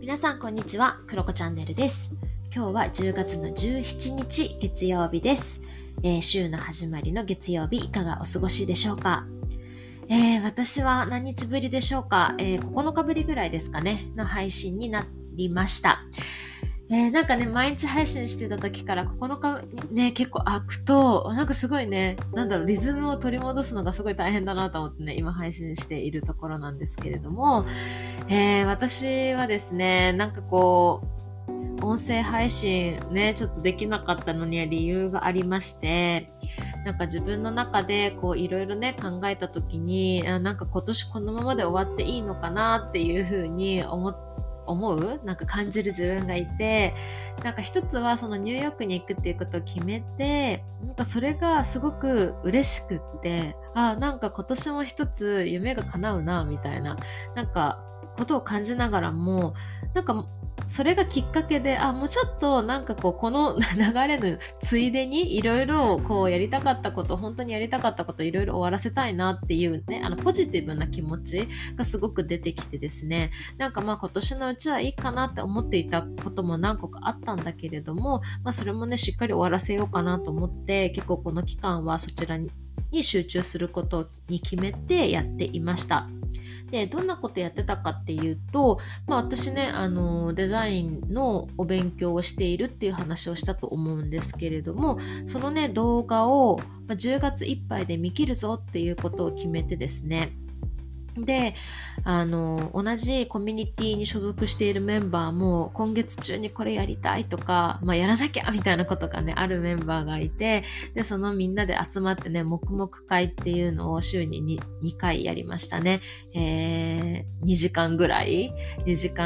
皆さんこんにちは、クロコチャンネルです。今日は10月の17日月曜日です。週の始まりの月曜日いかがお過ごしでしょうか。私は何日ぶりでしょうか、9日ぶりぐらいですかねの配信になりました。なんかね、毎日配信してた時から9日ね、結構空くと、なんかすごいね、リズムを取り戻すのがすごい大変だなと思ってね、今配信しているところなんですけれども、私はですね、音声配信ね、ちょっとできなかったのには理由がありまして、自分の中でいろいろね考えた時に、今年このままで終わっていいのかなっていう風に思う感じる自分がいて、一つはそのニューヨークに行くっていうことを決めて、それがすごく嬉しくって、今年も一つ夢が叶うなみたいなことを感じながらも、それがきっかけで、もうちょっとこの流れのついでにいろいろやりたかったこと、本当にやりたかったこといろいろ終わらせたいなっていうね、ポジティブな気持ちがすごく出てきてですね、今年のうちはいいかなって思っていたことも何個かあったんだけれども、それもねしっかり終わらせようかなと思って、結構この期間はそちらに集中することに決めてやっていました。で、どんなことやってたかっていうと、私ね、デザインのお勉強をしているっていう話をしたと思うんですけれども、そのね、動画を10月いっぱいで見切るぞっていうことを決めてですね、で、同じコミュニティに所属しているメンバーも今月中にこれやりたいとか、やらなきゃみたいなことがねあるメンバーがいて、でそのみんなで集まってね黙々会っていうのを週に 2回やりましたね。2時間ぐらいを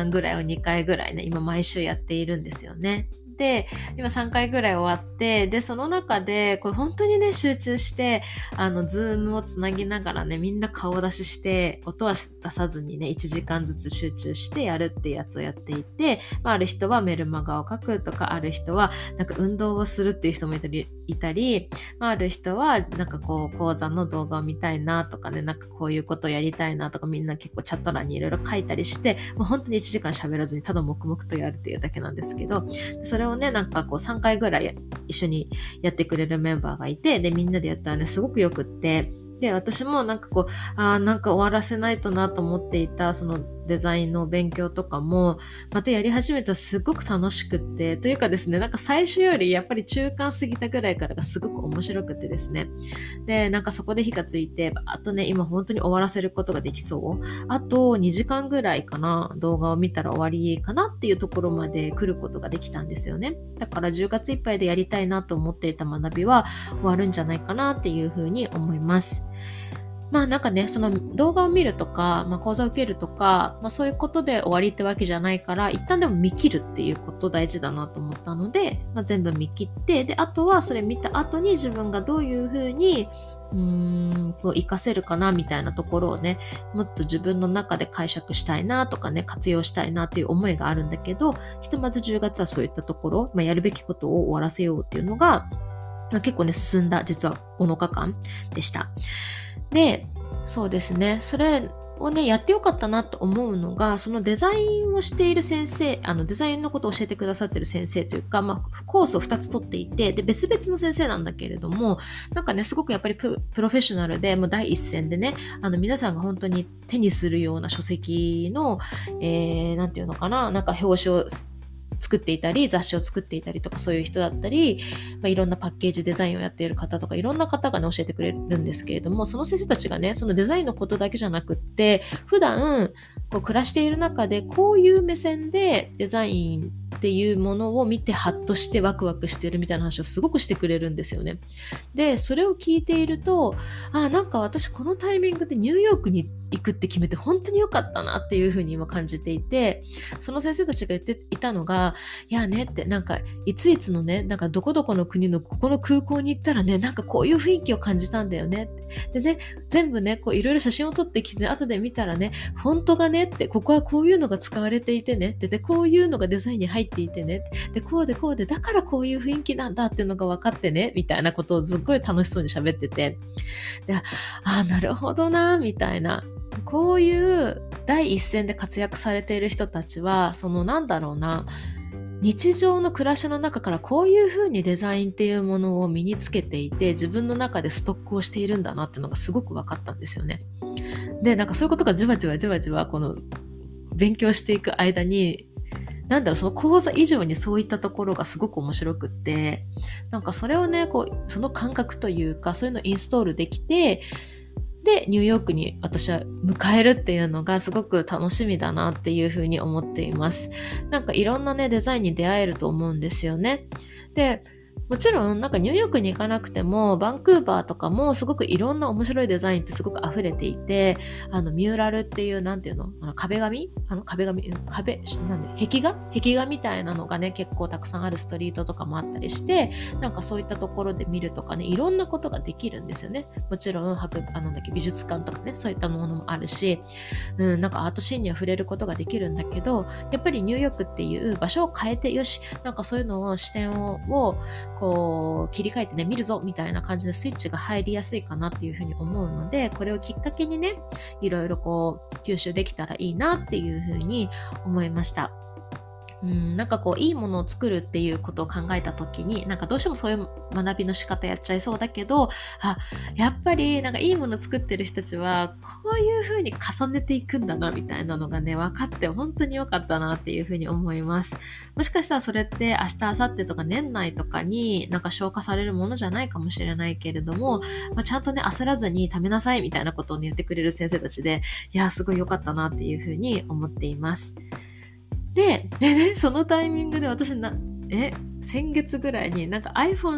2回ぐらいね今毎週やっているんですよね。で、今3回ぐらい終わって、でその中でこれ本当にね集中して、ズームをつなぎながらねみんな顔出しして音は出さずにね1時間ずつ集中してやるっていうやつをやっていて、ある人はメルマガを書くとか、ある人は運動をするっていう人もいたり、ある人は講座の動画を見たいなとかね、こういうことをやりたいなとか、みんな結構チャット欄にいろいろ書いたりして、もう本当に1時間喋らずにただ黙々とやるっていうだけなんですけど、それをね3回ぐらい一緒にやってくれるメンバーがいて、でみんなでやったらねすごくよくって、で私も終わらせないとなと思っていたそのデザインの勉強とかもまたやり始めたらすごく楽しくって、というかですね、最初よりやっぱり中間過ぎたぐらいからがすごく面白くてですね、でそこで火がついて、あとね今本当に終わらせることができそう、あと2時間ぐらいかな、動画を見たら終わりかなっていうところまで来ることができたんですよね。だから10月いっぱいでやりたいなと思っていた学びは終わるんじゃないかなっていうふうに思います。その動画を見るとか、講座を受けるとか、そういうことで終わりってわけじゃないから、一旦でも見切るっていうこと大事だなと思ったので、全部見切って、であとはそれ見た後に自分がどういうふうに活かせるかなみたいなところをね、もっと自分の中で解釈したいなとかね、活用したいなっていう思いがあるんだけど、ひとまず10月はそういったところ、やるべきことを終わらせようっていうのが、結構ね進んだ実は9日間でした。で、そうですね、それをねやってよかったなと思うのが、そのデザインをしている先生、デザインのことを教えてくださってる先生というか、コースを2つ取っていて、で別々の先生なんだけれども、すごくやっぱりプロフェッショナルでもう第一線でね、皆さんが本当に手にするような書籍の、なんていうのかな、表紙を作っていたり、雑誌を作っていたりとか、そういう人だったり、いろんなパッケージデザインをやっている方とか、いろんな方がね教えてくれるんですけれども、その先生たちがねそのデザインのことだけじゃなくって、普段暮らしている中でこういう目線でデザインっていうものを見てハッとしてワクワクしてるみたいな話をすごくしてくれるんですよね。でそれを聞いていると、私このタイミングでニューヨークに行くって決めて本当に良かったなっていうふうに今感じていて、その先生たちが言っていたのが、いやねって、いついつのねどこどこの国のここの空港に行ったらねこういう雰囲気を感じたんだよねって、でね全部ねいろいろ写真を撮ってきて、後で見たらねフォントがねって、ここはこういうのが使われていてねって、でこういうのがデザインに入っていてね、でこうでこうでだからこういう雰囲気なんだっていうのが分かってねみたいなことをすっごい楽しそうに喋ってて、でなるほどなみたいな、こういう第一線で活躍されている人たちは、日常の暮らしの中からこういう風にデザインっていうものを身につけていて、自分の中でストックをしているんだなっていうのがすごく分かったんですよね。で、そういうことがじわじわこの勉強していく間に、その講座以上にそういったところがすごく面白くって、それをね、その感覚というか、そういうのをインストールできて、で、ニューヨークに私は迎えるっていうのがすごく楽しみだなっていうふうに思っています。いろんなね、デザインに出会えると思うんですよね。で、もちろんニューヨークに行かなくてもバンクーバーとかもすごくいろんな面白いデザインってすごく溢れていて、ミューラルっていう壁画みたいなのがね結構たくさんあるストリートとかもあったりして、そういったところで見るとかね、いろんなことができるんですよね。もちろん美術館とかね、そういったものもあるし、アートシーンには触れることができるんだけど、やっぱりニューヨークっていう場所を変えて、よし、そういうのを視点を切り替えてね、見るぞみたいな感じでスイッチが入りやすいかなっていうふうに思うので、これをきっかけにね、いろいろ吸収できたらいいなっていうふうに思いました。いいものを作るっていうことを考えたときに、どうしてもそういう学びの仕方やっちゃいそうだけど、やっぱりいいものを作ってる人たちはこういう風に重ねていくんだなみたいなのがね分かって本当に良かったなっていう風に思います。もしかしたらそれって明日明後日とか年内とかに消化されるものじゃないかもしれないけれども、ちゃんとね焦らずに貯めなさいみたいなことを言ってくれる先生たちで、いやすごい良かったなっていう風に思っています。でね、そのタイミングで私先月ぐらいにiPhone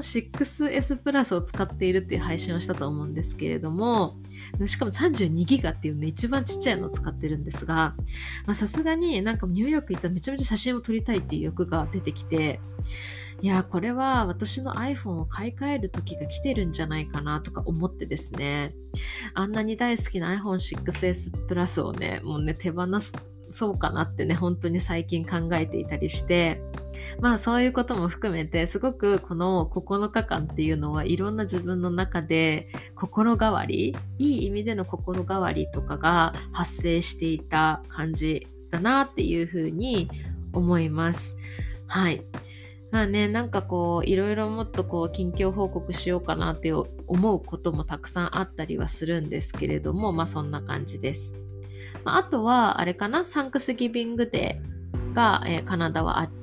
6S プラスを使っているっていう配信をしたと思うんですけれども、しかも32ギガっていうね、一番ちっちゃいのを使ってるんですが、さすがにニューヨーク行ったらめちゃめちゃ写真を撮りたいっていう欲が出てきて、いやこれは私の iPhone を買い替える時が来てるんじゃないかなとか思ってですね、あんなに大好きな iPhone 6S プラスをね、もうね手放そうかなってね、本当に最近考えていたりして、そういうことも含めてすごくこの9日間っていうのはいろんな自分の中で心変わり、いい意味での心変わりとかが発生していた感じだなっていうふうに思います。はい。いろいろもっと近況報告しようかなって思うこともたくさんあったりはするんですけれども、そんな感じです。あとはサンクスギビングデーが、カナダはあって、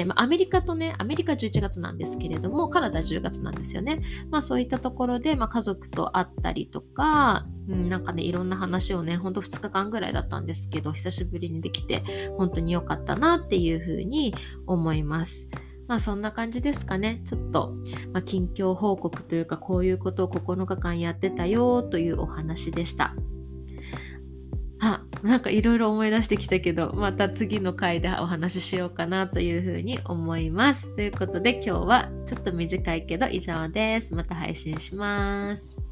アメリカ11月なんですけれども、カナダ10月なんですよね。そういったところで、家族と会ったりとか、いろんな話をね、ほんと2日間ぐらいだったんですけど、久しぶりにできて本当に良かったなっていうふうに思います。そんな感じですかね。ちょっと、近況報告というか、こういうことを9日間やってたよというお話でした。いろいろ思い出してきたけど、また次の回でお話ししようかなというふうに思います。ということで今日はちょっと短いけど以上です。また配信します。